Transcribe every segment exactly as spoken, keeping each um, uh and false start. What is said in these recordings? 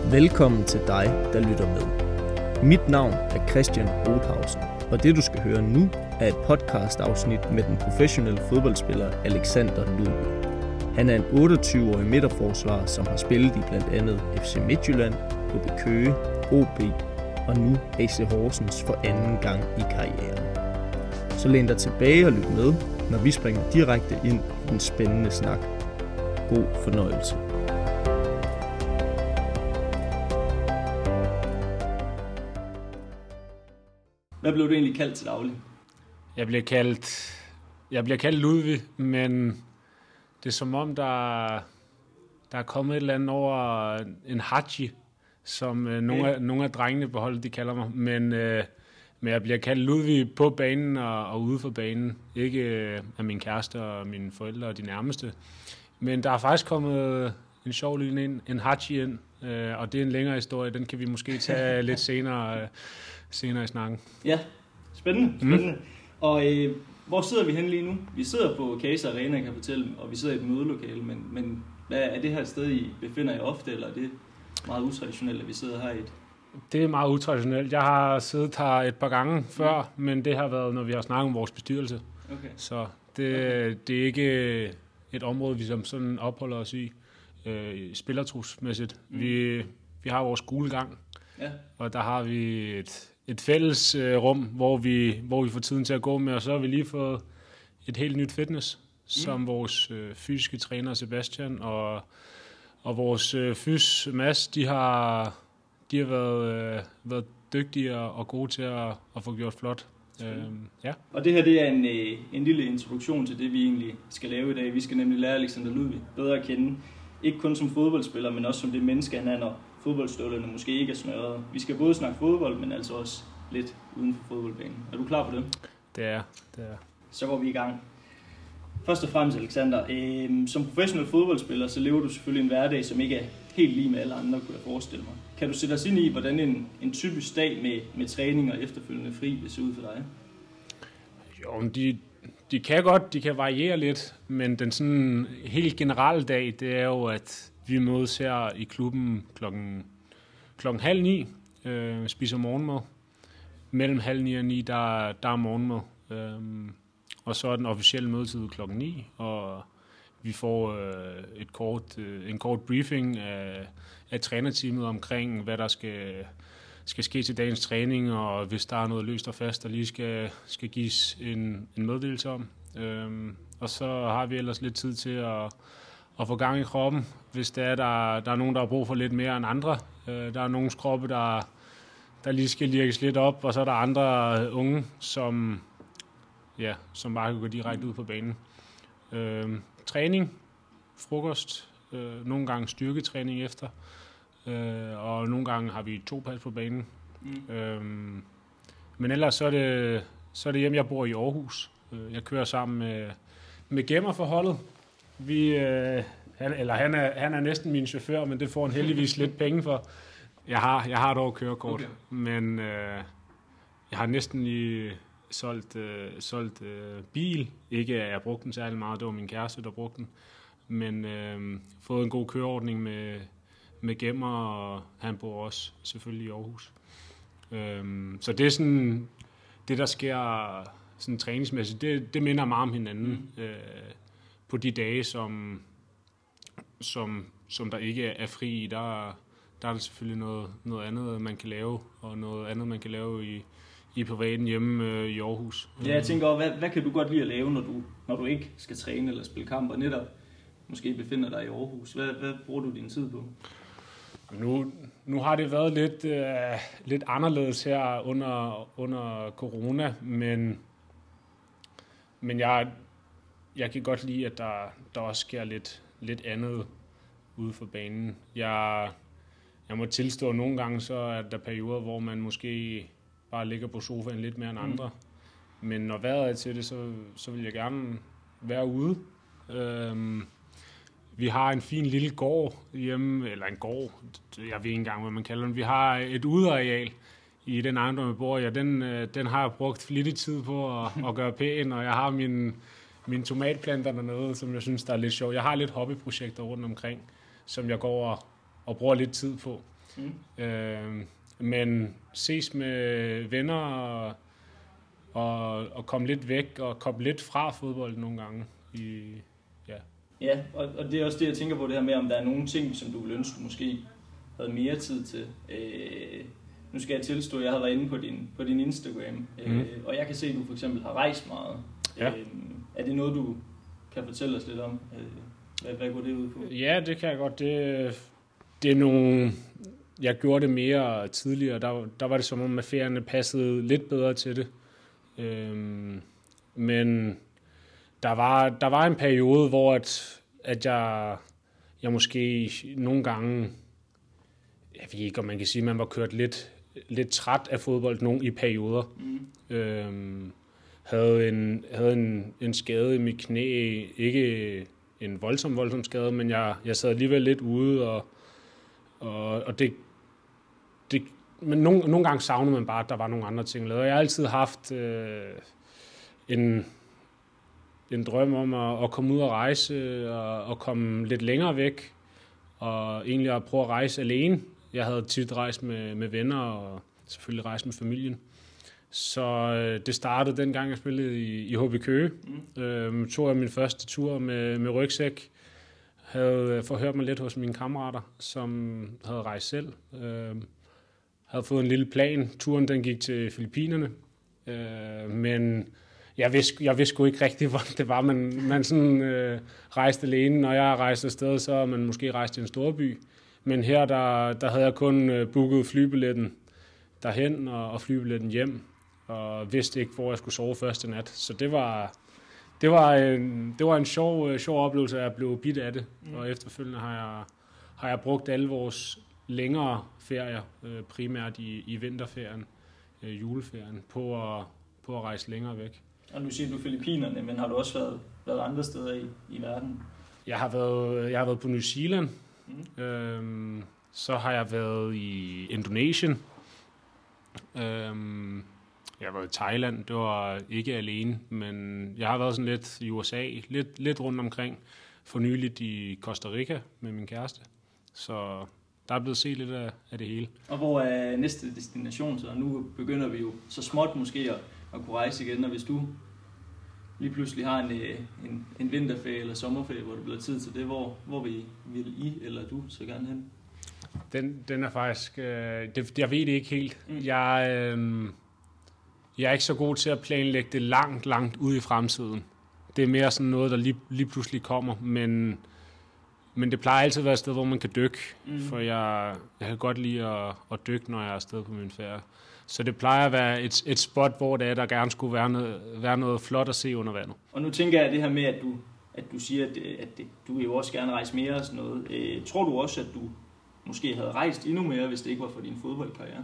Velkommen til dig, der lytter med. Mit navn er Christian Rothausen, og det du skal høre nu er et podcast-afsnit med den professionelle fodboldspiller Alexander Ludvig. Han er en otteogtyve-årig midterforsvarer, som har spillet i blandt andet F C Midtjylland, O B Køge, O B og nu A C Horsens for anden gang i karrieren. Så læn dig tilbage og lyt med, når vi springer direkte ind i den spændende snak. God fornøjelse. Hvad blev du egentlig kaldt til daglig? Jeg bliver kaldt, jeg bliver kaldt Ludvig, men det er som om, der, der er kommet et eller andet over en haji, som øh, nogle, af, nogle af drengene på holdet, de kalder mig. Men, øh, men jeg bliver kaldt Ludvig på banen og, og ude for banen. Ikke øh, af min kæreste og mine forældre og de nærmeste. Men der er faktisk kommet en sjov lille ind, en haji ind, øh, og det er en længere historie. Den kan vi måske tage lidt senere, øh, senere i snakken. Ja, spændende. spændende. Mm. Og øh, hvor sidder vi henne lige nu? Vi sidder på Case Arena, kan jeg fortælle, og vi sidder i et mødelokale, men, men hvad er det her sted, I befinder jer ofte, eller er det meget utraditionelt, at vi sidder her i et? Det er meget utraditionelt. Jeg har siddet her et par gange før, mm. men det har været, når vi har snakket om vores bestyrelse. Okay. Så det, okay. det er ikke et område, vi som sådan opholder os i, øh, spillertrusmæssigt. Mm. Vi, vi har vores skolegang, ja. Og der har vi et, et fælles øh, rum, hvor vi, hvor vi får tiden til at gå med, og så har vi lige fået et helt nyt fitness, mm. som vores øh, fysiske træner Sebastian og, og vores øh, fys Mads, de har, de har været, øh, været dygtige og gode til at, at få gjort flot. Øhm, ja. Og det her, det er en, øh, en lille introduktion til det, vi egentlig skal lave i dag. Vi skal nemlig lære Alexander Ludvig bedre at kende. Ikke kun som fodboldspiller, men også som det menneske, han er, når fodboldstøvlerne måske ikke er snørret. Vi skal både snakke fodbold, men altså også lidt uden for fodboldbanen. Er du klar på det? Det er det er. Så går vi i gang. Først og fremmest, Alexander, øh, som professionel fodboldspiller, så lever du selvfølgelig en hverdag, som ikke er helt lige med alle andre, kunne jeg forestille mig. Kan du sætte os ind i, hvordan en, en typisk dag med, med træning og efterfølgende fri vil se ud for dig? Jo, de, de kan godt, de kan variere lidt, men den sådan helt generelle dag, det er jo, at vi mødes her i klubben klokken, klokken halv ni, øh, spiser morgenmad. Mellem halv ni og ni, der, der er morgenmad. Øh, og så er den officielle mødetid klokken ni, og vi får øh, et kort, øh, en kort briefing af, af trænerteamet omkring, hvad der skal, skal ske til dagens træning, og hvis der er noget løst og fast, der lige skal, skal gives en, en meddelelse om. Øhm, og så har vi ellers lidt tid til at, at få gang i kroppen, hvis der er, der, der er nogen, der har brug for lidt mere end andre. Øh, der er nogens kroppe, der, der lige skal lirkes lidt op, og så er der andre unge, som, ja, som bare kan gå direkte ud på banen. Øhm, træning, frokost, øh, nogle gange styrketræning efter, øh, og nogle gange har vi to pas på banen. Mm. Øhm, men ellers så er, det, så er det hjemme, jeg bor i Aarhus. Jeg kører sammen med, med Gemmer for holdet. Vi, øh, han, eller han er, han er næsten min chauffør, men det får han heldigvis lidt penge for. Jeg har, jeg har dog kørekort, okay. men øh, jeg har næsten lige solgt, øh, solgt øh, bil. Ikke at jeg brugte den særlig meget, det var min kæreste, der brugte den. Men øh, fået en god køreordning med, med Gemmer, og han bor også selvfølgelig i Aarhus. Øh, så det er sådan, det der sker sådan træningsmæssigt, det, det minder meget om hinanden mm. øh, på de dage, som, som, som der ikke er fri. Der, der er der selvfølgelig noget, noget andet, man kan lave, og noget andet, man kan lave i i privaten hjemme øh, i Aarhus. Ja, jeg tænker, hvad, hvad kan du godt lide at lave, når du, når du ikke skal træne eller spille kamp, og netop måske befinder dig i Aarhus? Hvad, hvad bruger du din tid på? Nu, nu har det været lidt, øh, lidt anderledes her under, under corona, men, men jeg, jeg kan godt lide, at der, der også sker lidt, lidt andet ude for banen. Jeg, jeg må tilstå, at nogle gange så er der perioder, hvor man måske bare ligger på sofaen lidt mere end andre. Mm. Men når vejret er til det, så, så vil jeg gerne være ude. Øhm, vi har en fin lille gård hjemme, eller en gård, jeg ved ikke engang, hvad man kalder den. Vi har et udeareal i den ejendom, jeg bor i, og den, den har jeg brugt flittig tid på at, at gøre pæn, og jeg har mine, mine tomatplanter dernede, som jeg synes, der er lidt sjovt. Jeg har lidt hobbyprojekter rundt omkring, som jeg går og, og bruger lidt tid på. Mm. Øh, men ses med venner og, og, og komme lidt væk og komme lidt fra fodbold nogle gange. I, ja, ja og, og det er også det, jeg tænker på det her med, om der er nogle ting, som du ville ønske, du måske havde mere tid til. Øh, nu skal jeg tilstå, at jeg havde været inde på din, på din Instagram, øh, mm. og jeg kan se, at du for eksempel har rejst meget. Ja. Øh, er det noget, du kan fortælle os lidt om? Øh, hvad, hvad går det ud på? Ja, det kan jeg godt. Det, det er nogle... Jeg gjorde det mere tidligere. Der, der var det som om, at ferierne passede lidt bedre til det. Øhm, men der var, der var en periode, hvor at, at jeg, jeg måske nogle gange... Jeg ved ikke, om man kan sige, at man var kørt lidt, lidt træt af fodbold nogen i perioder. Mm. Øhm, havde en, havde en, en skade i mit knæ. Ikke en voldsom, voldsom skade, men jeg, jeg sad alligevel lidt ude, og, og, og det... det men nogle, nogle gange savnede man bare, at der var nogle andre ting lavet. Jeg har altid haft øh, en, en drøm om at, at komme ud og rejse, og, og komme lidt længere væk, og egentlig at prøve at rejse alene. Jeg havde tit rejst med, med venner, og selvfølgelig rejst med familien. Så øh, det startede dengang, jeg spillede i, i H B Køge. Mm. Øh, tog jeg min første tur med, med rygsæk. Havde forhørt mig lidt hos mine kammerater, som havde rejst selv. Øh, havde fået en lille plan. Turen den gik til Filippinerne. Øh, men jeg vidste, jeg vidste sgu ikke rigtigt, hvor det var. Man, man sådan, øh, rejste alene. Når jeg rejste afsted, så har man måske rejst til en storby. Men her der, der havde jeg kun øh, booket flybilletten derhen og, og flybilletten hjem. Og vidste ikke, hvor jeg skulle sove første nat. Så det var, det var, en, det var en sjov, sjov oplevelse, at jeg blev bidt af det. Mm. Og efterfølgende har jeg, har jeg brugt alle vores længere ferier, øh, primært i, i vinterferien, øh, juleferien, på at, på at rejse længere væk. Og nu siger du Filippinerne, men har du også været, været andre steder i, i verden? Jeg har været, jeg har været på New Zealand. Mm. Øhm, så har jeg været i Indonesien. Øhm, Jeg har været i Thailand, det var ikke alene, men jeg har været sådan lidt i U S A, lidt, lidt rundt omkring, for nyligt i Costa Rica med min kæreste. Så der er blevet set lidt af, af det hele. Og hvor er næste destination så? Nu begynder vi jo så småt måske at, at kunne rejse igen, og hvis du lige pludselig har en, en, en vinterferie eller sommerferie, hvor det bliver tid til det, hvor, hvor vil, vil I eller du så gerne hen? Den, den er faktisk, øh, det, jeg ved det ikke helt. Mm. Jeg... Øh, Jeg er ikke så god til at planlægge det langt, langt ud i fremtiden. Det er mere sådan noget, der lige, lige pludselig kommer, men, men det plejer altid at være et sted, hvor man kan dykke, mm. for jeg, jeg kan godt lide at, at dykke, når jeg er afsted på min ferie. Så det plejer at være et, et spot, hvor det er, der gerne skulle være noget, være noget flot at se under vandet. Og nu tænker jeg det her med, at du, at du siger, at, at det, du vil jo også gerne rejse mere og sådan noget. Øh, tror du også, at du måske havde rejst endnu mere, hvis det ikke var for din fodboldkarriere?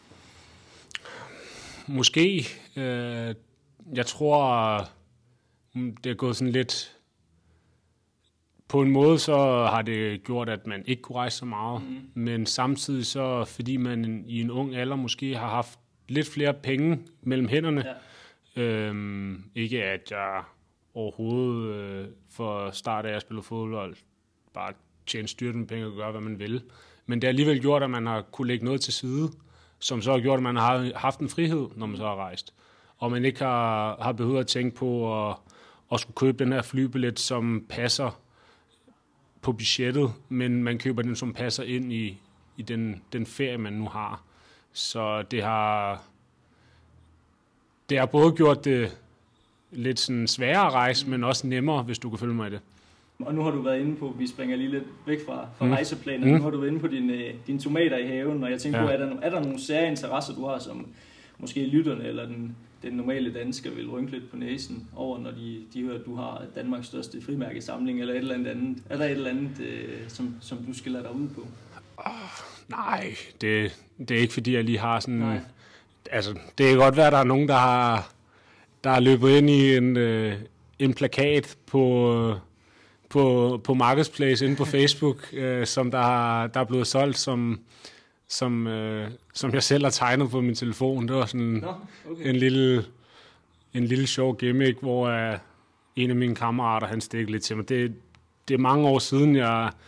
Måske. Øh, jeg tror, det er gået sådan lidt... På en måde så har det gjort, at man ikke kunne rejse så meget. Mm. Men samtidig så, fordi man i en ung alder måske har haft lidt flere penge mellem hænderne. Ja. Øhm, ikke at jeg overhovedet øh, for start af at spille fodbold bare tjene styrten penge og gøre, hvad man vil. Men det har alligevel gjort, at man har kunne lægge noget til side, som så har gjort, at man har haft en frihed, når man så har rejst. Og man ikke har, har behøvet at tænke på at, at skulle købe den her flybillet, som passer på budgettet, men man køber den, som passer ind i, i den, den ferie, man nu har. Så det har, det har både gjort det lidt sådan sværere at rejse, men også nemmere, hvis du kan følge mig i det. Og nu har du været inde på, vi springer lige lidt væk fra, fra mm. rejseplaner, mm. nu har du været inde på dine, dine tomater i haven, og jeg tænker ja. på, er der, er der nogle sære interesser, du har, som måske lytterne eller den, den normale dansker vil rynke lidt på næsen over, når de, de hører, at du har Danmarks største frimærkesamling, eller et eller andet. Er der et eller andet, øh, som, som du skiller dig ud på? Oh, nej, det, det er ikke fordi, jeg lige har sådan... Nej. Altså, det kan godt være, at der er nogen, der har, der har løbet ind i en, øh, en plakat på... På, på Marketplace inde på Facebook, øh, som der, har, der er blevet solgt, som, som, øh, som jeg selv har tegnet på min telefon. Det var sådan no, okay. en, lille, en lille sjov gimmick, hvor øh, en af mine kammerater, han stikkede lidt til mig. Det, det er mange år siden, jeg,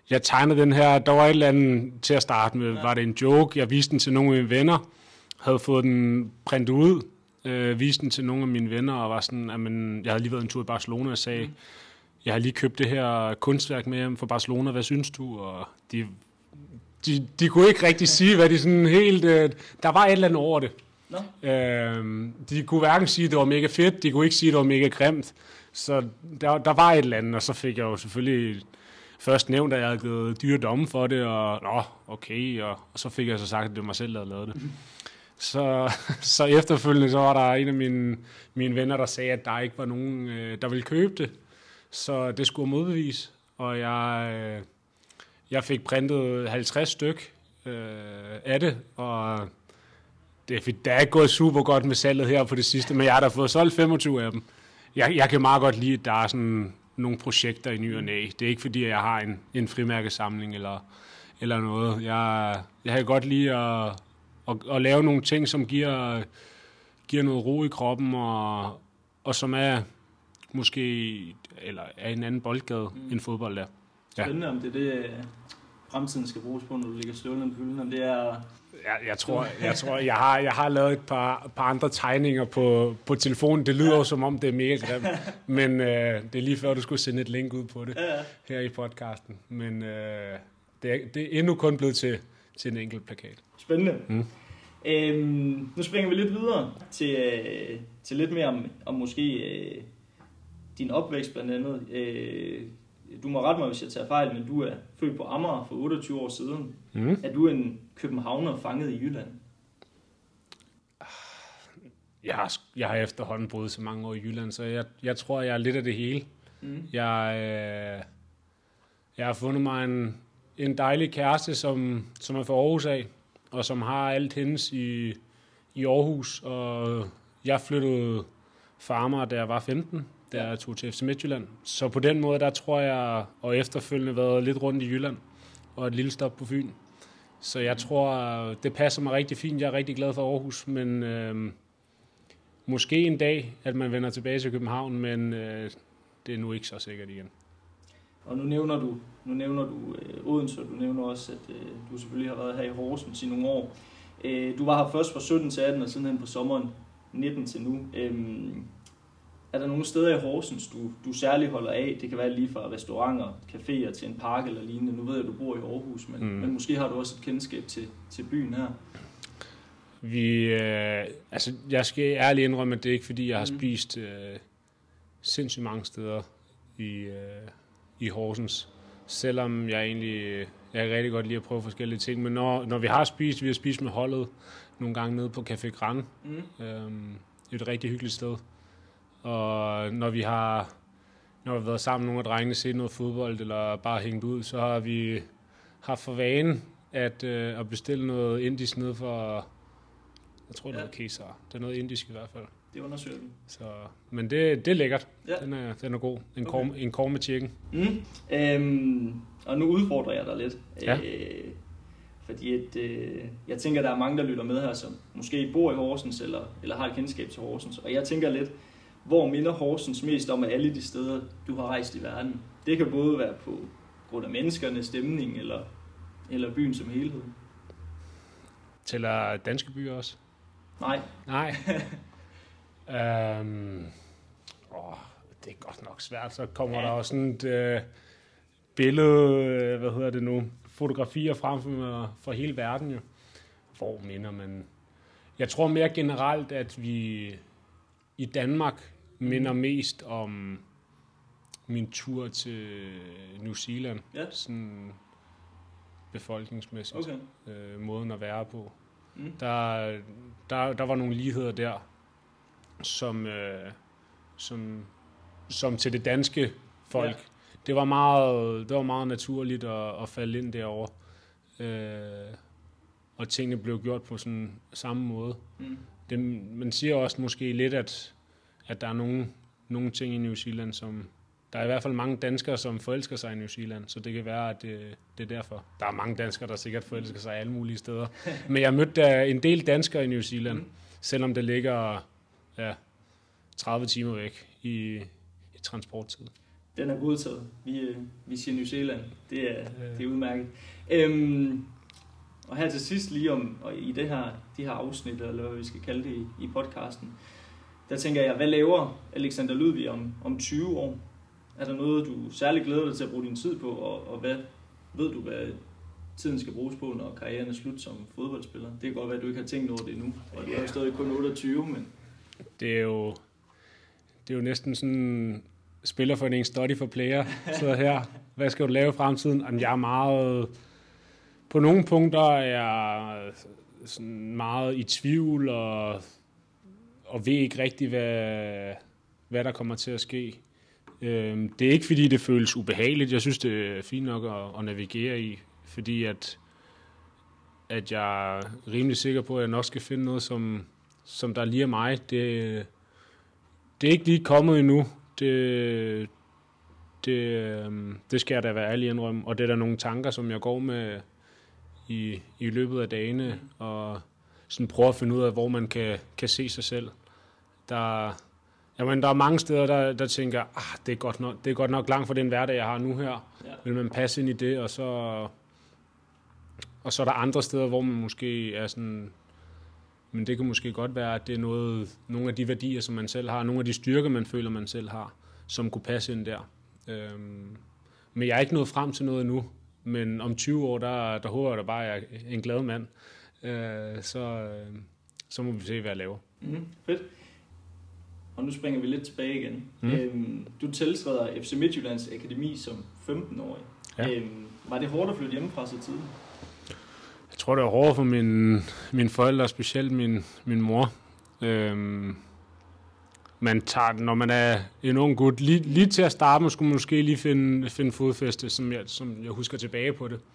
jeg tegnede den her, der var et eller andet til at starte med, ja. Var det en joke, jeg viste den til nogle af mine venner, havde fået den printet ud, øh, viste den til nogle af mine venner, og var sådan, at man, jeg havde lige været en tur i Barcelona og sagde, mm. jeg har lige købt det her kunstværk med hjem fra Barcelona, hvad synes du? Og de, de, de kunne ikke rigtig sige, hvad de sådan helt, øh, der var et eller andet over det. No. Øh, de kunne hverken sige, at det var mega fedt, de kunne ikke sige, at det var mega grimt, så der, der var et eller andet, og så fik jeg jo selvfølgelig først nævnt, at jeg havde givet dyre domme for det, og nå, okay, og, og så fik jeg så sagt, at det var mig selv, der havde lavet det. Mm. Så, så efterfølgende så var der en af mine, mine venner, der sagde, at der ikke var nogen, øh, der ville købe det, så det skulle modbevise, og jeg, øh, jeg fik printet halvtreds styk øh, af det, og det er, det er ikke gået super godt med salget her på det sidste, men jeg har da fået solgt femogtyve af dem. Jeg, jeg kan meget godt lide, at der er sådan nogle projekter i ny og næ. Det er ikke fordi, at jeg har en, en frimærkesamling eller, eller noget. Jeg, jeg kan godt lide at, at, at lave nogle ting, som giver, giver noget ro i kroppen, og, og som er måske eller er en anden boldgade mm. end fodbold er. Ja. Spændende, om det er det, fremtiden skal bruges på, når du ligger støvlen på hylden, om det er... Jeg, jeg tror, jeg, tror jeg, har, jeg har lavet et par, par andre tegninger på, på telefonen. Det lyder jo, som om det er mega grimt. Men øh, det er lige før, du skulle sende et link ud på det ja, ja. Her i podcasten. Men øh, det, er, det er endnu kun blevet til, til en enkelt plakat. Spændende. Mm. Øhm, nu springer vi lidt videre til, øh, til lidt mere om, om måske øh, din opvækst blandt andet. Øh, Du må rette mig, hvis jeg tager fejl, men du er født på Amager for otteogtyve år siden. Mm. Er du en københavner fanget i Jylland? Jeg har, jeg har efterhånden boet så mange år i Jylland, så jeg, jeg tror, jeg er lidt af det hele. Mm. Jeg, øh, jeg har fundet mig en, en dejlig kæreste, som, som er fra Aarhus af, og som har alt hendes i, i Aarhus. Og jeg flyttede fra Amager, da jeg var femten. Der tog til F C Midtjylland. Så på den måde, der tror jeg, og efterfølgende været lidt rundt i Jylland, og et lille stop på Fyn. Så jeg tror, det passer mig rigtig fint. Jeg er rigtig glad for Aarhus, men øh, måske en dag, at man vender tilbage til København, men øh, det er nu ikke så sikkert igen. Og nu nævner du, nu nævner du øh, Odense, og du nævner også, at øh, du selvfølgelig har været her i Horsens i nogle år. Øh, du var her først fra sytten til atten, og sidenhen på sommeren nitten til nu. Øh, Er der nogle steder i Horsens, du, du særligt holder af? Det kan være lige fra restauranter, caféer til en park eller lignende. Nu ved jeg, at du bor i Aarhus, men, mm. men måske har du også et kendskab til, til byen her. Vi, øh, altså, jeg skal ærligt indrømme, at det er ikke fordi, jeg har mm. spist øh, sindssygt mange steder i, øh, i Horsens. Selvom jeg egentlig, jeg kan rigtig godt lide at prøve forskellige ting. Men når, når vi har spist, vi har spist med holdet nogle gange nede på Café Gran. Mm. Øh, et rigtig hyggeligt sted. Og når vi har når vi har været sammen med nogle af drengene, set noget fodbold eller bare hængt ud, så har vi haft for vane at, øh, at bestille noget indisk ned for, jeg tror det er ja. Kesar. Det er noget indisk i hvert fald. Det undersøger vi. Så, men det, det er lækkert. Ja. Den, er, den er god. En, okay. korm, en korm med chicken. Mm. Øhm, og nu udfordrer jeg dig lidt. Ja. Øh, fordi at, øh, jeg tænker, der er mange, der lytter med her, som måske bor i Horsens eller, eller har et kendskab til Horsens. Og jeg tænker lidt, hvor minder Horsens mest om af alle de steder, du har rejst i verden? Det kan både være på grund af menneskerne, stemning eller, eller byen som helhed. Tæller danske byer også? Nej. Nej. øhm, åh, det er godt nok svært. Så kommer ja. der også sådan et øh, billede, hvad hedder det nu, fotografier frem for, for hele verden jo. Hvor minder man? Jeg tror mere generelt, at vi i Danmark minder mest om min tur til New Zealand, ja. Sådan befolkningsmæssigt, okay. øh, måden at være på. Mm. Der, der, der var nogle ligheder der, som, øh, som, som til det danske folk. Ja. Det var meget, det var meget naturligt at, at falde ind derovre. Øh, og tingene blev gjort på sådan samme måde. Mm. Det, man siger også måske lidt, at at der er nogle, nogle ting i New Zealand, som... Der er i hvert fald mange danskere, som forelsker sig i New Zealand, så det kan være, at det, det er derfor. Der er mange danskere, der sikkert forelsker sig i alle mulige steder. Men jeg mødte en del danskere i New Zealand, mm. selvom det ligger ja, tredive timer væk i, i transporttid. Den er godtaget. Vi, vi siger New Zealand. Det er, det er udmærket. Øhm, og her til sidst lige om, og i det her, de her afsnit, eller hvad vi skal kalde det i, i podcasten, der tænker jeg, hvad laver Alexander Ludvig om, om tyve år? Er der noget, du særligt glæder dig til at bruge din tid på, og, og hvad ved du, hvad tiden skal bruges på, når karrieren er slut som fodboldspiller? Det kan godt være, at du ikke har tænkt over det endnu, og du er jo stadig kun otteogtyve, men... Det er jo, det er jo næsten sådan spillerforening study for player, så her, hvad skal du lave i fremtiden? Jamen, jeg er meget... På nogle punkter er jeg sådan meget i tvivl, og, og ved ikke rigtig, hvad, hvad der kommer til at ske. Øhm, det er ikke, fordi det føles ubehageligt. Jeg synes, det er fint nok at, at navigere i, fordi at, at jeg er rimelig sikker på, at jeg nok skal finde noget, som, som der lige er mig. Det, det er ikke lige kommet endnu. Det, det, det skal jeg da være ærlig indrømme. Og det er der nogle tanker, som jeg går med i, i løbet af dagene, og sådan prøver at finde ud af, hvor man kan, kan se sig selv. Der, jamen, der er mange steder, der, der tænker, ah, det er, godt nok, det er godt nok langt fra den hverdag, jeg har nu her. Ja. Vil man passe ind i det, og så, og så er der andre steder, hvor man måske er sådan, men det kan måske godt være, at det er noget, nogle af de værdier, som man selv har, nogle af de styrker, man føler, man selv har, som kunne passe ind der. Øhm, men jeg er ikke nået frem til noget endnu. Men om tyve år, der, der håber jeg da bare, at jeg er en glad mand. Øh, så, øh, så må vi se, hvad jeg laver. Mm, fedt. Og nu springer vi lidt tilbage igen. Mm. Øhm, du tiltræder F C Midtjyllands Akademi som femten-årig. Ja. Øhm, var det hårdt at flytte hjemmefra så tidligt? Jeg tror, det var hårdt for min, mine forældre, specielt min, min mor. Øhm, man tager, når man er en ung gut, lige, lige til at starte, man skulle måske lige finde, finde fodfæste, som jeg, som jeg husker tilbage på det.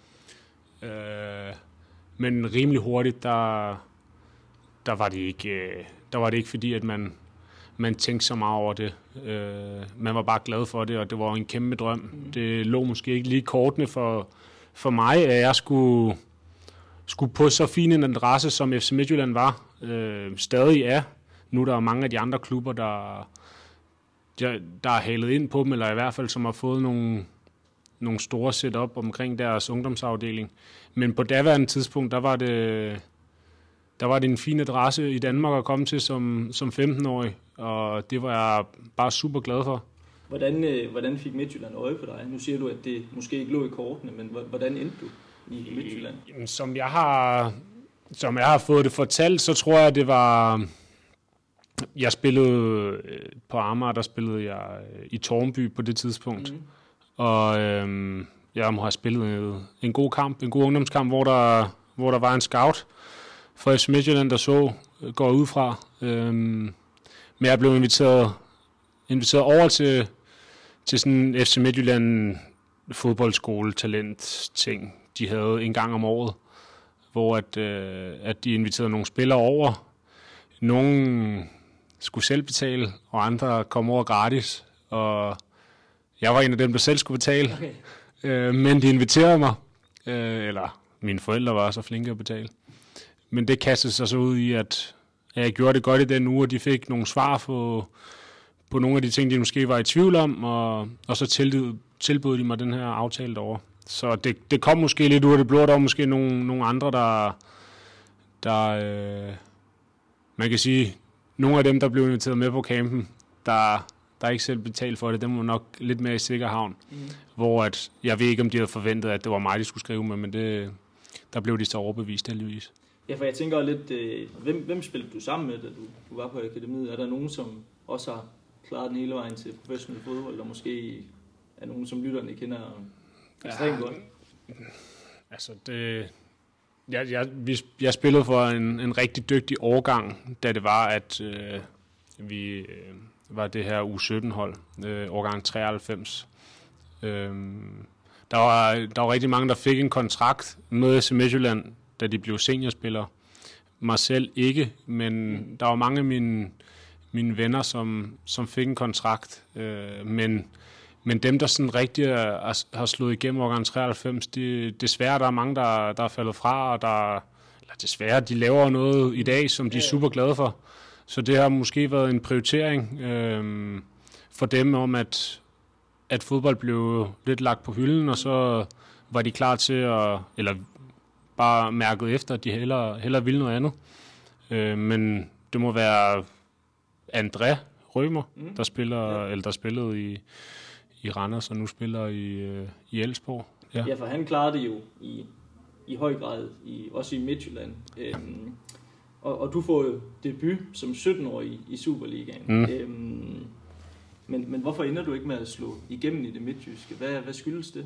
Øh, men rimelig hurtigt, der, der, var det ikke, der var det ikke fordi, at man, man tænkte så meget over det. Øh, man var bare glad for det, og det var en kæmpe drøm. Mm. Det lå måske ikke lige kortene for, for mig, at jeg skulle, skulle på så fin en adresse, som F C Midtjylland var. Øh, stadig er. Nu er der mange af de andre klubber, der, der, der er halet ind på dem, eller i hvert fald som har fået nogle, nogle store setup omkring deres ungdomsafdeling. Men på daværende tidspunkt, der var det, der var det en fin adresse i Danmark at komme til som, som femten-årig, og det var jeg bare super glad for. Hvordan, hvordan fik Midtjylland øje på dig? Nu siger du, at det måske ikke lå i kortene, men hvordan endte du i Midtjylland? Jamen, som jeg har, som jeg har fået det fortalt, så tror jeg, det var... Jeg spillede på Amager, der spillede jeg i Tårnby på det tidspunkt. Mm. Og øhm, jeg må have spillet en god kamp, en god ungdomskamp, hvor der, hvor der var en scout fra F C Midtjylland, der så går ud fra. Øhm, men jeg blev inviteret, inviteret over til, til sådan en F C Midtjylland fodboldskole talent ting, de havde en gang om året, hvor at, øh, at de inviterede nogle spillere over. Nogle skulle selv betale, og andre kom over gratis, og jeg var en af dem, der selv skulle betale. Okay. Øh, men de inviterede mig, øh, eller mine forældre var så flinke at betale. Men det kastede sig så ud i, at jeg gjorde det godt i den uge, og de fik nogle svar på, på nogle af de ting, de måske var i tvivl om, og, og så tilbød, tilbød de mig den her aftale derovre. Så det, det kom måske lidt ud af det blå, der var måske nogle, nogle andre, der... der øh, man kan sige, nogle af dem, der blev inviteret med på campen, der, der ikke selv betalt for det, dem var nok lidt mere i sikker havn. Mm. Hvor at, jeg ved ikke, om de havde forventet, at det var mig, de skulle skrive med, men det, der blev de så overbevist heldigvis. Ja, for jeg tænker lidt, øh, hvem, hvem spillede du sammen med, da du, du var på akademiet? Er der nogen, som også har klaret den hele vejen til professionel fodbold, eller måske er nogen, som lytterne kender ekstremt godt? Altså, det... Jeg, jeg, jeg spillede for en, en rigtig dygtig årgang, da det var, at øh, vi øh, var det her U sytten-hold, øh, årgang treoghalvfems. Øh, der, var, der var rigtig mange, der fik en kontrakt med F C Midtjylland, da de blev seniorspillere. Mig selv ikke, men mm. der var mange af mine, mine venner, som, som fik en kontrakt. Øh, men, men dem, der sådan rigtig er, har slået igennem årgang treoghalvfems, de, desværre der er mange, der, der er faldet fra, og der, eller desværre, de laver noget i dag, som de er super glade for. Så det har måske været en prioritering øh, for dem om, at, at fodbold blev lidt lagt på hylden, og så var de klar til at, eller bare mærket efter, at de hellere, hellere ville noget andet. Øh, men det må være André Rømer, mm. der spiller, ja. eller der spillede i, i Randers, og nu spiller i, i Elfsborg. Ja. ja, for han klarede det jo i, i høj grad, i, også i Midtjylland. Øhm, og, og du får jo debut som sytten-årig i Superligaen. Mm. Øhm, men, men hvorfor ender du ikke med at slå igennem i det midtjyske? Hvad, hvad skyldes det?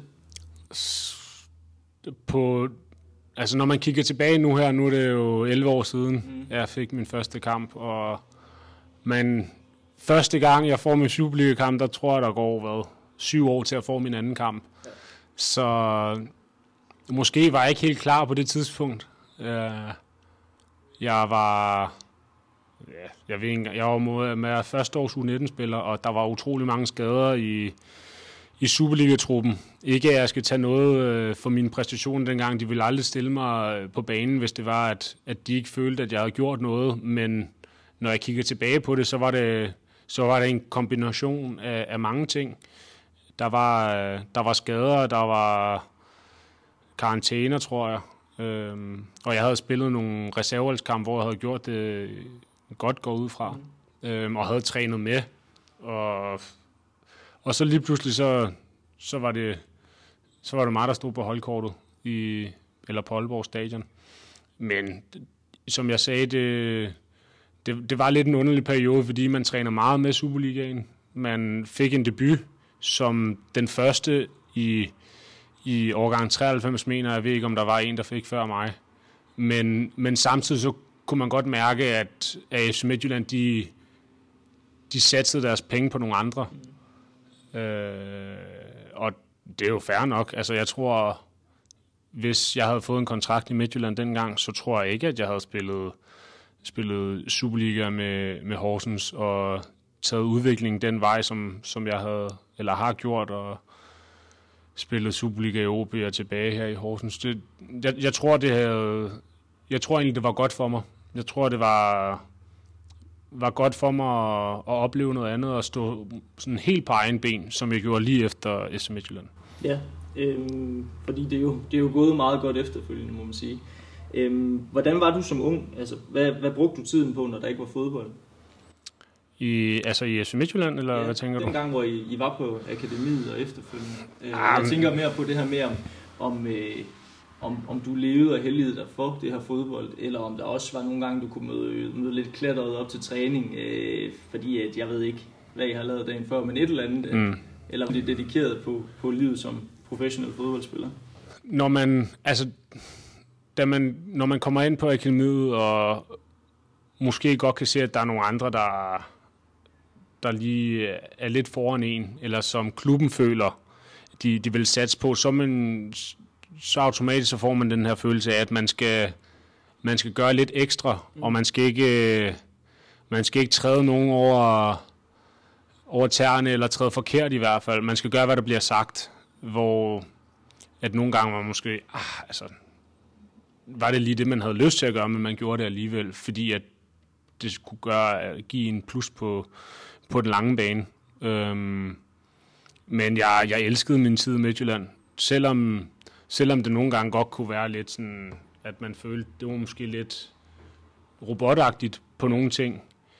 På, altså når man kigger tilbage nu her, nu er det jo elleve år siden, mm. jeg fik min første kamp, og man, første gang jeg får min Superliga-kamp, der tror jeg, der går hvad, syv år til at få min anden kamp. Ja. Så måske var jeg ikke helt klar på det tidspunkt. Jeg var, ja, jeg ved ikke, jeg var med første års U nitten-spiller, og der var utrolig mange skader i, i Superliga-truppen. Ikke at jeg skal tage noget for mine præstationer dengang. De ville aldrig stille mig på banen, hvis det var, at, at de ikke følte, at jeg havde gjort noget. Men når jeg kigger tilbage på det, så var det, så var det en kombination af, af mange ting. Der var, der var skader, der var karantæner, tror jeg. Øhm, og jeg havde spillet nogle reserveholdskampe, hvor jeg havde gjort det godt gå ud fra. Mm. Øhm, og havde trænet med. Og, og så lige pludselig, så, så, var det, så var det mig, der stod på holdkortet, i, eller på Aalborg Stadion. Men som jeg sagde, det, det, det var lidt en underlig periode, fordi man træner meget med Superligaen. Man fik en debut som den første i, i årgang treoghalvfems, mener jeg. Jeg ved ikke, om der var en, der fik før mig. Men, men samtidig så kunne man godt mærke, at A F C Midtjylland, de, de satsede deres penge på nogle andre. Mm. Øh, og det er jo fair nok. Altså, jeg tror, hvis jeg havde fået en kontrakt i Midtjylland dengang, så tror jeg ikke, at jeg havde spillet, spillet Superliga med, med Horsens og taget udviklingen den vej, som, som jeg havde, eller har gjort, og spillet Superliga i O B og tilbage her i Horsens. Det, jeg, jeg tror, det havde, jeg tror egentlig, det var godt for mig. Jeg tror, det var, var godt for mig at, at opleve noget andet og stå sådan helt på egen ben, som jeg gjorde lige efter S M Midtjylland. Ja, øhm, fordi det er, jo, det er jo gået meget godt efterfølgende, må man sige. Øhm, hvordan var du som ung? Altså, hvad, hvad brugte du tiden på, når der ikke var fodbold? I, altså i S M Midtjylland, eller ja, hvad tænker den du? Gang, hvor I, I var på akademiet og efterfølgende. Øh, jeg tænker mere på det her med, om, om, øh, om, om du levede og heldigede dig for det her fodbold, eller om der også var nogle gange, du kunne møde, møde lidt klatret op til træning, øh, fordi at, jeg ved ikke, hvad I har lavet dagen før, men et eller andet, mm. eller om det er dedikeret på, på livet som professionel fodboldspiller. Når man, altså, da man, når man kommer ind på akademiet, og måske godt kan se, at der er nogle andre, der der lige er lidt foran en, eller som klubben føler, de, de vil satse på, så, man, så automatisk så får man den her følelse af, at man skal, man skal gøre lidt ekstra, mm. og man skal ikke, man skal ikke træde nogen over, over tæerne, eller træde forkert i hvert fald. Man skal gøre, hvad der bliver sagt, hvor at nogle gange var måske, ah, altså, var det lige det, man havde lyst til at gøre, men man gjorde det alligevel, fordi at det skulle gøre, at give en plus på på den lange bane. Øhm, men jeg, jeg elskede min tid i Midtjylland. Selvom, selvom det nogle gange godt kunne være lidt sådan, at man følte, det var måske lidt robotagtigt på nogle ting.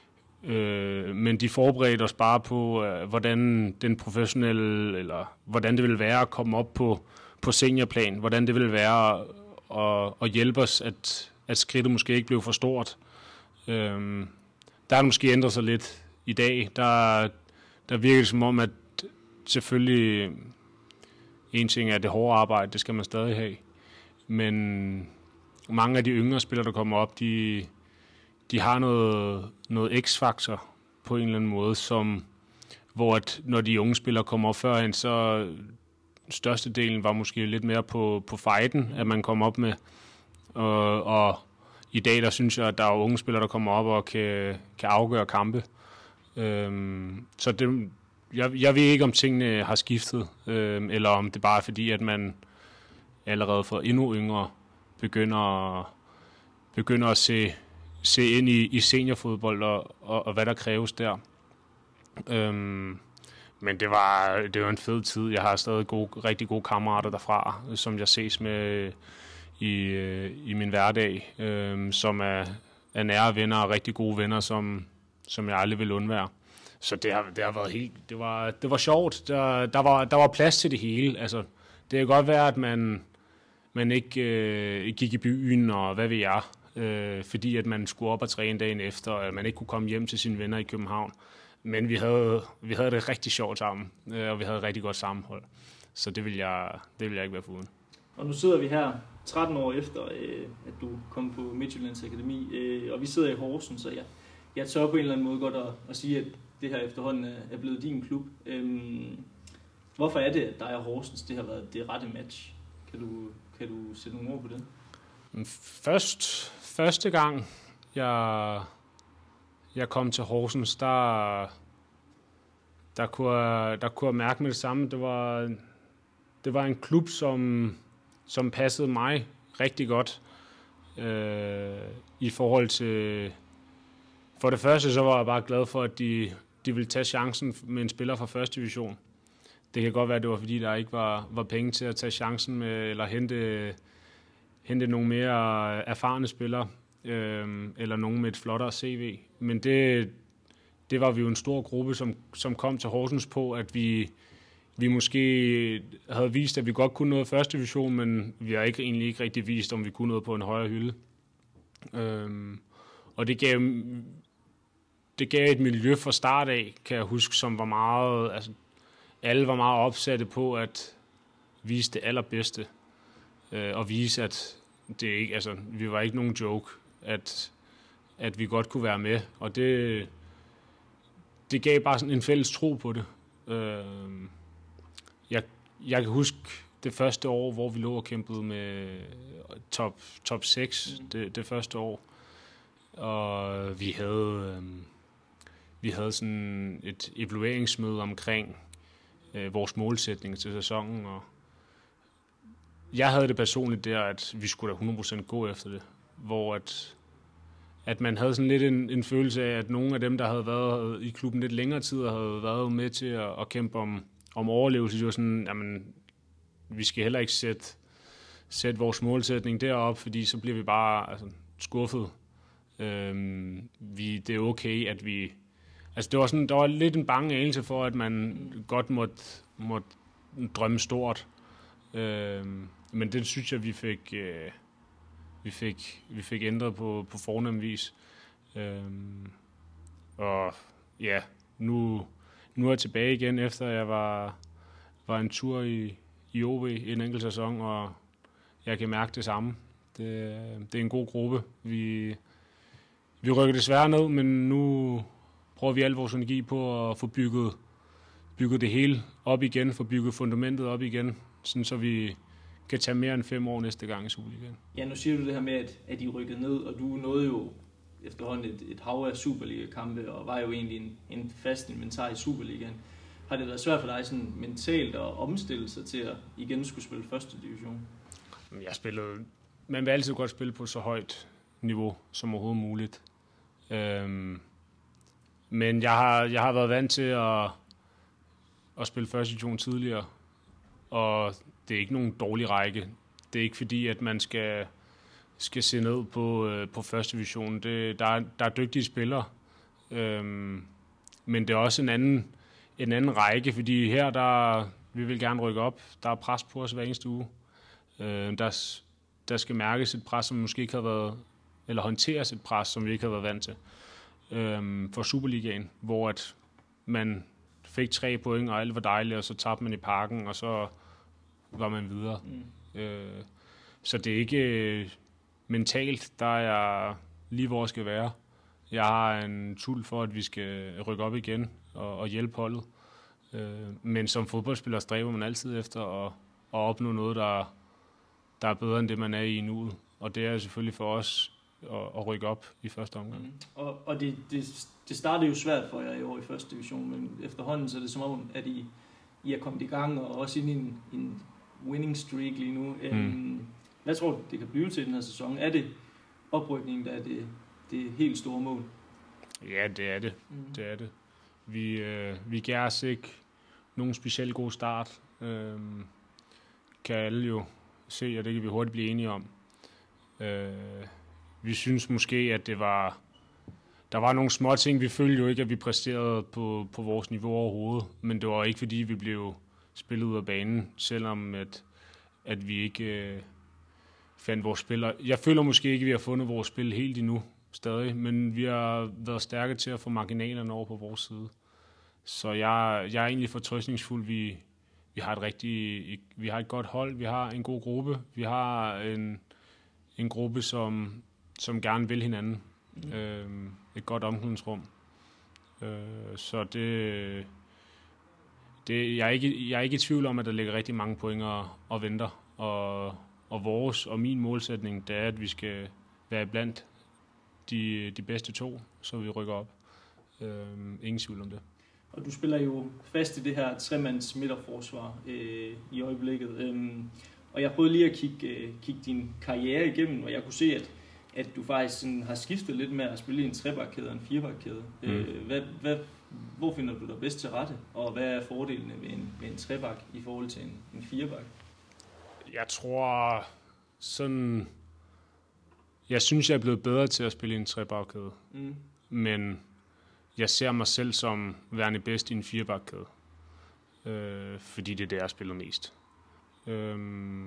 Øh, men de forberedte os bare på, øh, hvordan den professionelle, eller hvordan det ville være at komme op på, på seniorplan. Hvordan det ville være at, at hjælpe os, at, at skridtet måske ikke blev for stort. Øh, der har det måske ændret sig lidt. I dag, der, der virker det som om, at selvfølgelig en ting er det hårde arbejde, det skal man stadig have. Men mange af de yngre spillere, der kommer op, de, de har noget, noget x-faktor på en eller anden måde, som, hvor at, når de unge spillere kommer op førhen, så størstedelen var måske lidt mere på, på fighten, at man kom op med. Og, og i dag, der synes jeg, at der er unge spillere, der kommer op og kan, kan afgøre kampe. Øhm, så det, jeg, jeg ved ikke, om tingene har skiftet, øhm, eller om det bare er fordi, at man allerede for endnu yngre begynder, begynder at se, se ind i, i seniorfodbold og, og, og hvad der kræves der. Øhm, men det var, det var en fed tid. Jeg har stadig gode, rigtig gode kammerater derfra, som jeg ses med i, i min hverdag, øh, som er, er nære venner og rigtig gode venner, som, som jeg aldrig vil undvære. Så det har, det har været helt, det var, det var sjovt. Der, der, var, der var plads til det hele. Altså, det kan godt være, at man, man ikke øh, gik i byen, og hvad ved jeg, øh, fordi at man skulle op og træne dagen efter, og at man ikke kunne komme hjem til sine venner i København. Men vi havde, vi havde det rigtig sjovt sammen, øh, og vi havde et rigtig godt sammenhold. Så det vil jeg, det vil jeg ikke være foruden. Og nu sidder vi her tretten år efter, øh, at du kom på Midtjyllands Akademi, øh, og vi sidder i Horsens, så jeg, jeg tør på en eller anden måde godt at, at sige, at det her efterhånden er blevet din klub. Øhm, hvorfor er det, at dig og Horsens det har været det rette match? Kan du, kan du sætte nogle ord på det? Først, første gang, jeg, jeg kom til Horsens, der, der, kunne jeg, der kunne jeg mærke med det samme. Det var, det var en klub, som, som passede mig rigtig godt øh, i forhold til... For det første, så var jeg bare glad for, at de, de ville tage chancen med en spiller fra første division. Det kan godt være, at det var, fordi der ikke var, var penge til at tage chancen med, eller hente, hente nogle mere erfarne spillere, øh, eller nogen med et flottere C V. Men det, det var vi jo en stor gruppe, som, som kom til Horsens på, at vi, vi måske havde vist, at vi godt kunne noget første division, men vi har ikke, egentlig ikke rigtig vist, om vi kunne noget på en højere hylde. Øh, og det gav... Det gav et miljø fra start af, kan jeg huske, som var meget, altså alle var meget opsatte på at vise det allerbedste, øh, og vise, at det ikke, altså, vi var ikke nogen joke, at, at vi godt kunne være med, og det, det gav bare sådan en fælles tro på det. Øh, jeg, jeg kan huske det første år, hvor vi lå og kæmpede med top, top seks, mm. det, det første år, og vi havde... Øh, Vi havde sådan et evalueringsmøde omkring øh, vores målsætning til sæsonen, og jeg havde det personligt der, at vi skulle da hundrede procent gå efter det, hvor at, at man havde sådan lidt en, en følelse af, at nogle af dem, der havde været i klubben lidt længere tid, og havde været med til at, at kæmpe om, om overlevelse, de var sådan, jamen, vi skal heller ikke sætte, sætte vores målsætning derop, fordi så bliver vi bare altså, skuffet. Øhm, vi, det er okay, at vi... Altså, det var, sådan, der var lidt en bange anelse for, at man godt måtte, måtte drømme stort. Øhm, men det synes jeg, vi fik, øh, vi fik, vi fik ændret på, på fornem vis. Øhm, og ja, nu, nu er jeg tilbage igen, efter jeg var, var en tur i, i O B i en enkelt sæson, og jeg kan mærke det samme. Det, det er en god gruppe. Vi, vi rykker desværre ned, men nu... prøver vi al vores energi på at få bygget, bygget det hele op igen, få bygget fundamentet op igen, sådan så vi kan tage mere end fem år næste gang i Superligaen. Ja, nu siger du det her med, at, at I rykkede ned, og du nåede jo efterhånden et, et hav af Superliga-kampe, og var jo egentlig en, en fast inventar i Superligaen. Har det været svært for dig sådan mentalt at omstille sig til at igen skulle spille første division? Jeg spillede... Man vil altid godt spille på så højt niveau som overhovedet muligt. Øhm, Men jeg har, jeg har været vant til at, at spille første division tidligere, og det er ikke nogen dårlig række. Det er ikke fordi, at man skal, skal se ned på, på første division. Det, der, er, der er dygtige spillere, øhm, men det er også en anden, en anden række, fordi her der, vi vil gerne rykke op. Der er pres på os hver eneste uge. Øh, der, der skal mærkes et pres, som måske ikke har været, eller håndteres et pres, som vi ikke har været vant til. Øhm, for Superligaen, hvor at man fik tre point, og alt var dejligt, og så tabte man i parken, og så var man videre. Mm. Øh, så det er ikke øh, mentalt, der er jeg lige hvor jeg skal være. Jeg har en tul for, at vi skal rykke op igen og, og hjælpe holdet. Øh, men som fodboldspiller stræber man altid efter at, at opnå noget, der, der er bedre end det, man er i nuet. Og det er selvfølgelig for os at rykke op i første omgang. Mm. Og, og det, det, det startede jo svært for jer i år i første division, men efterhånden så er det som om, at I, I er kommet i gang, og også ind i en, en winning streak lige nu. Mm. Um, hvad tror du, det kan blive til den her sæson? Er det oprykningen, der er det, det helt store mål? Ja, det er det. Mm. Det er det. Vi, øh, vi kan altså ikke nogen specielt god start. Øh, kan alle jo se, og det kan vi hurtigt blive enige om. Øh, vi synes måske, at det var... Der var nogle små ting, vi følte jo ikke, at vi præsterede på, på vores niveau overhovedet, men det var ikke, fordi vi blev spillet ud af banen, selvom at, at vi ikke øh, fandt vores spil. Jeg føler måske ikke, at vi har fundet vores spil helt endnu stadig, men vi har været stærke til at få marginalerne over på vores side. Så jeg, jeg er egentlig fortrøstningsfuld. Vi, vi, har et rigtig, vi har et godt hold, vi har en god gruppe, vi har en, en gruppe, som, som gerne vil hinanden. Mm. Øh, et godt omklædningsrum. Øh, så det, det jeg, er ikke, jeg er ikke i tvivl om, at der ligger rigtig mange point og, og venter. Og, og vores og min målsætning, det er, at vi skal være blandt de, de bedste to, så vi rykker op. Øh, ingen tvivl om det. Og du spiller jo fast i det her tremands midterforsvar øh, i øjeblikket. Øh, og jeg prøvede lige at kigge, øh, kigge din karriere igennem, og jeg kunne se, at at du faktisk sådan har skiftet lidt med at spille i en trebakkæde og en firebakkæde. Mm. Øh, hvad, hvad, hvor finder du dig bedst til rette, og hvad er fordelene ved en, ved en trebak i forhold til en, en firebak? Jeg tror sådan... Jeg synes, jeg er blevet bedre til at spille i en trebakkæde. Mm. Men jeg ser mig selv som værende bedst i en firebakkæde. Øh, fordi det er det, jeg spiller mest. Øh,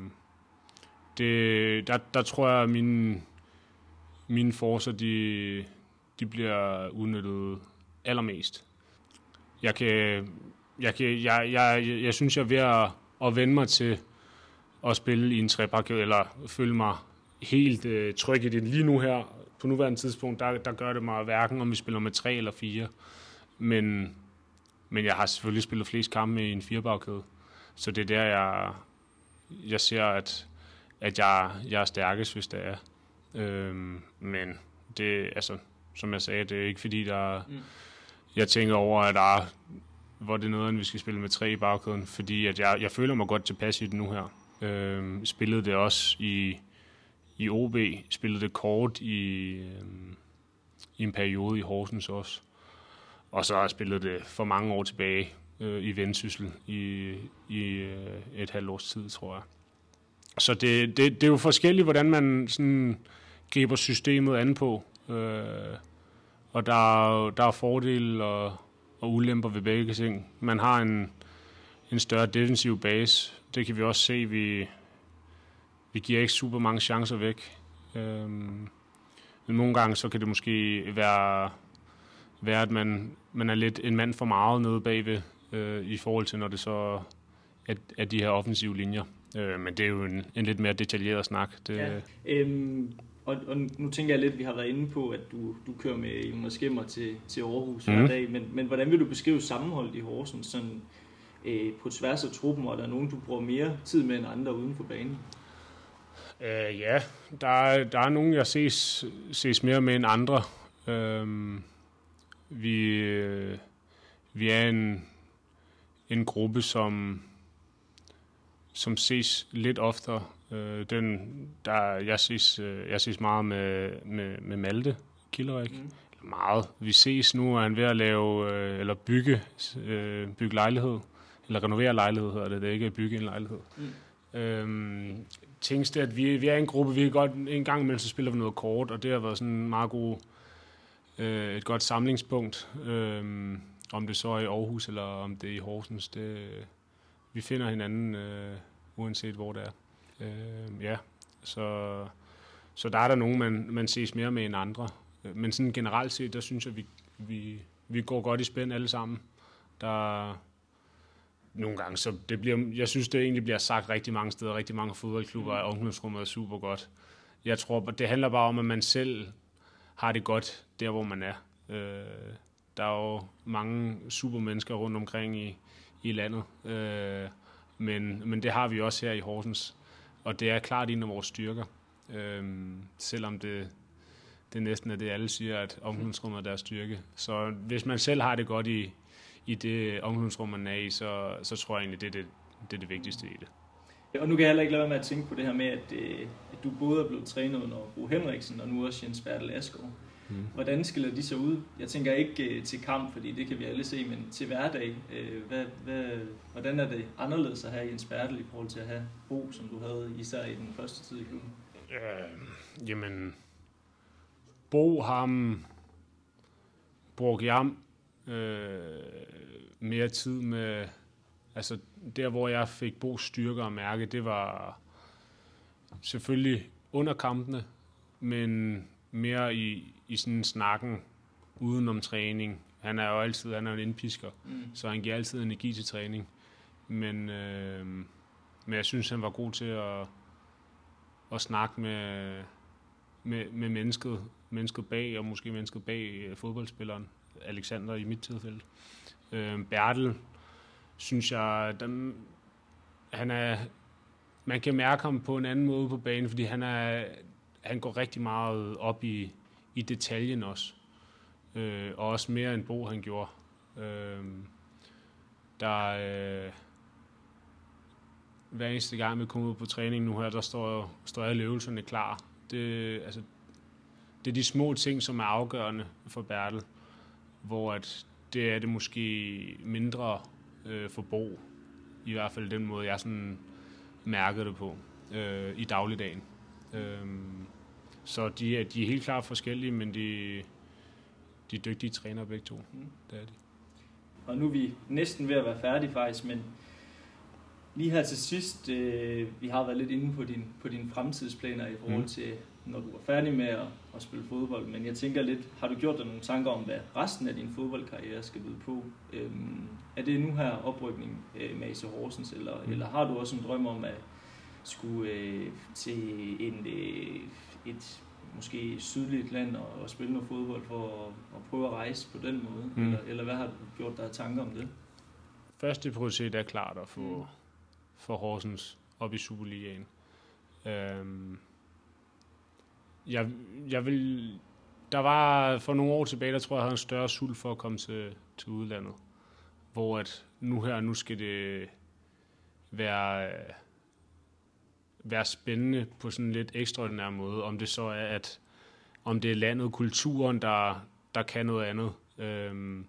det, der, der tror jeg, at mine... Mine forcer, de, de bliver udnyttet allermest. Jeg kan, jeg kan, jeg, jeg, jeg synes, jeg er ved at, at vende mig til at spille i en trebakkæde, eller føle mig helt øh, tryg i det. Lige nu her, på nuværende tidspunkt, der, der gør det mig hverken, om vi spiller med tre eller fire. Men, men jeg har selvfølgelig spillet flest kampe i en firebakkæde. Så det er der, jeg, jeg ser, at, at jeg, jeg er stærkest, hvis det er. Øhm, men det, altså, som jeg sagde, det er ikke fordi, der mm. jeg tænker over, at der er, hvor det er noget, vi skal spille med tre i bagkæden, fordi at jeg, jeg føler mig godt tilpas i det nu her. Øhm, spillede det også i, i O B, spillede det kort i, øhm, i en periode i Horsens også, og så har jeg spillet det for mange år tilbage øh, i Vendsyssel i, i øh, et halvt års tid, tror jeg. Så det, det, det er jo forskelligt, hvordan man sådan griber systemet an på. Øh, og der er, der er fordele og, og ulemper ved begge ting. Man har en, en større defensiv base. Det kan vi også se. Vi, vi giver ikke super mange chancer væk. Øh, men nogle gange så kan det måske være, være at man, man er lidt en mand for meget nede bagved, øh, i forhold til, når det så er, er de her offensive linjer. Øh, men det er jo en, en lidt mere detaljeret snak. Det... Ja. Øhm, og, og nu tænker jeg lidt, at vi har været inde på, at du, du kører med Jonas Skimmer til, til Aarhus hver mm. dag, men, men hvordan vil du beskrive sammenholdet i Horsens sådan, øh, på tværs af truppen, og der er nogen, du bruger mere tid med end andre uden for banen? Øh, ja, der er, der er nogen, jeg ses, ses mere med end andre. Øh, vi, øh, vi er en, en gruppe, som... som ses lidt oftere. Øh, den, der, jeg, ses, øh, jeg ses meget med, med, med Malte Kilderik. Mm. Meget. Vi ses nu, er han ved at lave, øh, eller bygge, øh, bygge lejlighed, eller renovere lejlighed, hedder det, det er ikke at bygge en lejlighed. Mm. Øhm, tænks det, at vi, vi er en gruppe, vi er godt, en gang imellem så spiller vi noget kort, og det har været sådan en meget god, øh, et godt samlingspunkt. Øh, om det så er i Aarhus, eller om det er i Horsens, det... Vi finder hinanden, øh, uanset hvor det er. Øh, ja, så, så der er der nogen, man, man ses mere med end andre. Men sådan generelt set, der synes jeg, vi, vi, vi går godt i spænd alle sammen. Der nogle gange, så det bliver, jeg synes, det egentlig bliver sagt rigtig mange steder, rigtig mange fodboldklubber, at ungdomsrummet er super godt. Jeg tror, det handler bare om, at man selv har det godt der, hvor man er. Øh, der er jo mange supermennesker rundt omkring i i landet, øh, men, men det har vi også her i Horsens, og det er klart en af vores styrker, øh, selvom det, det næsten er det, alle siger, at omklædningsrummet er deres styrke. Så hvis man selv har det godt i, i det omklædningsrum, man er i, så, så tror jeg egentlig, det er det, det er det vigtigste i det. Og nu kan jeg heller ikke lade være med at tænke på det her med, at, at du både er blevet trænet under Bo Henriksen, og nu også Jens Bertel Asgaard. Mm. Hvordan skiller de så ud? Jeg tænker ikke uh, til kamp, fordi det kan vi alle se, men til hverdag. Uh, hvad, hvad, hvordan er det anderledes at have Jens Bertel i forhold til at have Bo, som du havde især i den første tid i klubben? Øh, jamen, Bo ham brugte jeg øh, mere tid med, altså der hvor jeg fik Bos styrker at mærke, det var selvfølgelig under kampene, men mere i, i sådan snakken udenom træning. Han er jo altid, han er en indpisker, mm. så han giver altid energi til træning. Men, øh, men jeg synes, han var god til at, at snakke med, med, med mennesket, mennesket bag, og måske mennesket bag fodboldspilleren, Alexander i mit tilfælde. Øh, Bertel, synes jeg, den, han er, man kan mærke ham på en anden måde på banen, fordi han er, han går rigtig meget op i, i detaljen også. Øh, og også mere end Bo han gjorde. Øh, der øh, hver eneste gang vi kommer ud på træning nu her, der står, står alle øvelserne klar. Det, altså, det er de små ting, som er afgørende for Bertel, hvor at det er det måske mindre øh, for Bo. I hvert fald den måde, jeg sådan mærkede det på øh, i dagligdagen. Øh, så de er, de er helt klart forskellige, men de, de er dygtige trænere begge to. Mm. Det er de. Og nu er vi næsten ved at være færdige faktisk, men lige her til sidst, øh, vi har været lidt inde på, din, på dine fremtidsplaner i forhold til, når du er færdig med at, at spille fodbold. Men jeg tænker lidt, har du gjort dig nogle tanker om, hvad resten af din fodboldkarriere skal byde på? Øhm, er det nu her oprykning øh, med A C Horsens, eller, mm. eller har du også en drøm om at skulle øh, til en, øh, et måske sydligt land og, og spille noget fodbold for at, at prøve at rejse på den måde? Mm. Eller, eller hvad har du gjort dig tanker om det? Første prioritet er klart at få mm. for Horsens op i Superligaen. Øhm, jeg, jeg vil, der var for nogle år tilbage, der tror jeg, jeg havde en større sult for at komme til, til udlandet. Hvor at nu her, nu skal det være, være spændende på sådan en lidt ekstraordinær måde. Om det så er, at om det er landet, kulturen, der, der kan noget andet. Øhm,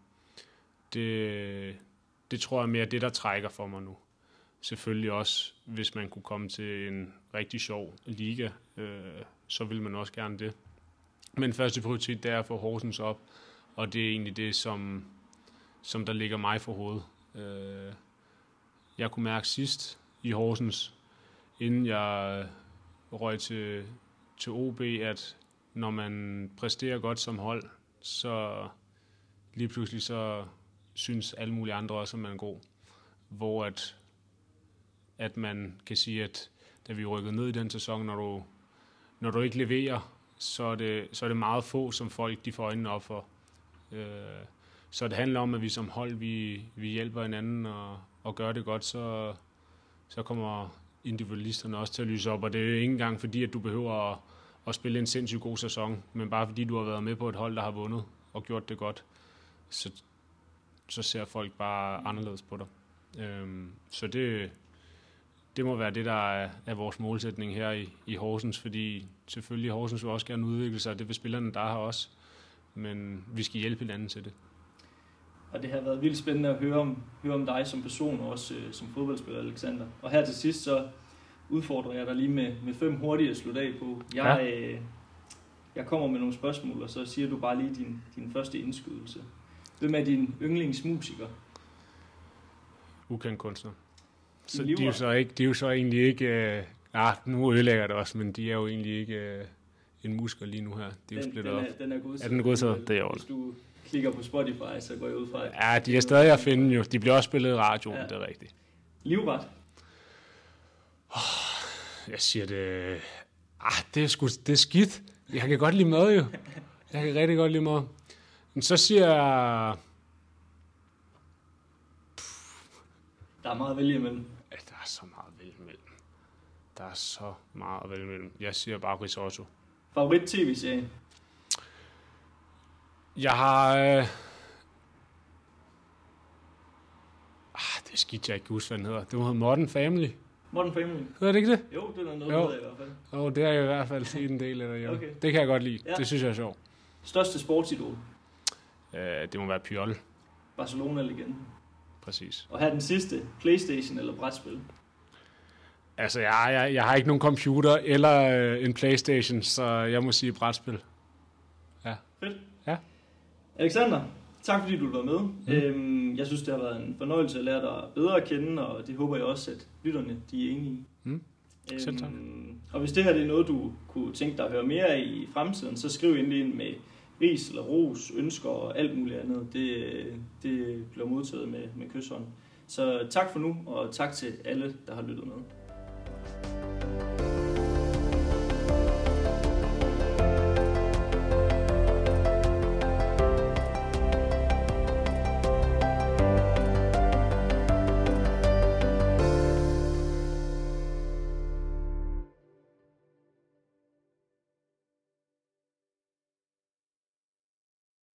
det, det tror jeg mere det, der trækker for mig nu. Selvfølgelig også, hvis man kunne komme til en rigtig sjov liga, øh, så vil man også gerne det. Men første prioritet, det er at få Horsens op, og det er egentlig det, som, som der ligger mig for hovedet. Øh, jeg kunne mærke sidst i Horsens, inden jeg røg til, til O B, at når man præsterer godt som hold, så lige pludselig så synes alle mulige andre også, at man er god. Hvor at at man kan sige, at da vi rykkede ned i den sæson, når du, når du ikke leverer, så er, det, så er det meget få, som folk de får øjnene op for. Øh, så det handler om, at vi som hold, vi, vi hjælper hinanden og, og gør det godt, så, så kommer individualisterne også til at lyse op. Og det er jo ikke engang fordi, at du behøver at, at spille en sindssygt god sæson, men bare fordi du har været med på et hold, der har vundet og gjort det godt, så, så ser folk bare anderledes på dig. Øh, så det Det må være det, der er, er vores målsætning her i, i Horsens, fordi selvfølgelig Horsens vil også gerne udvikle sig, og det vil spillerne, der har også. Men vi skal hjælpe hinanden til det. Og det har været vildt spændende at høre om, høre om dig som person, og også øh, som fodboldspiller, Alexander. Og her til sidst, så udfordrer jeg dig lige med, med fem hurtige at slutte af på. Jeg, ja. øh, jeg kommer med nogle spørgsmål, og så siger du bare lige din, din første indskydelse. Hvem er din yndlingsmusiker? Ukendt kunstner. Så de er jo så ikke, de er jo så egentlig ikke, øh, ah, nu ødelægger det også, men de er jo egentlig ikke øh, en musiker lige nu her. De er jo splittet op. Den er godtaget. Er den godtaget? Det er jo. Hvis du klikker på Spotify, så går jeg ud fra. Ja, de er stadig at finde jo. De bliver også spillet i radioen, ja. Det er rigtigt. Livret? Oh, jeg siger det, ah, det er sgu, det er skidt. Jeg kan godt lide mad jo. Jeg kan rigtig godt lide mad. Men så siger jeg, der er meget at vælge imellem. Ja, der er så meget at vælge imellem. Der er så meget at vælge imellem. Jeg siger bare risotto. Favorit tv-serie? Jeg har... Øh... Ah, det er skidt, jeg ikke kan huske, hvad den hedder. Det hedder Modern Family. Modern Family? Hedder det ikke det? Jo, det er noget, noget i hvert fald. Jo, det har jeg i hvert fald set en del af derhjemme. Okay. Det kan jeg godt lide. Ja. Det synes jeg er sjovt. Største sportsidol? Øh, det må være Puyol. Barcelona-legenden. Præcis. Og her den sidste, PlayStation eller brætspil? Altså, jeg, jeg, jeg har ikke nogen computer eller øh, en PlayStation, så jeg må sige brætspil. Ja. Fedt. Ja. Alexander, tak fordi du var med. Mm. Øhm, jeg synes, det har været en fornøjelse at lære dig bedre at kende, og det håber jeg også, at lytterne de er enige i. Mm. Selv tak. Øhm, og hvis det her det er noget, du kunne tænke dig at høre mere af i fremtiden, så skriv endelig ind med ris eller ros, ønsker og alt muligt andet. Det, det bliver modtaget med, med kysshånd. Så tak for nu, og tak til alle, der har lyttet med.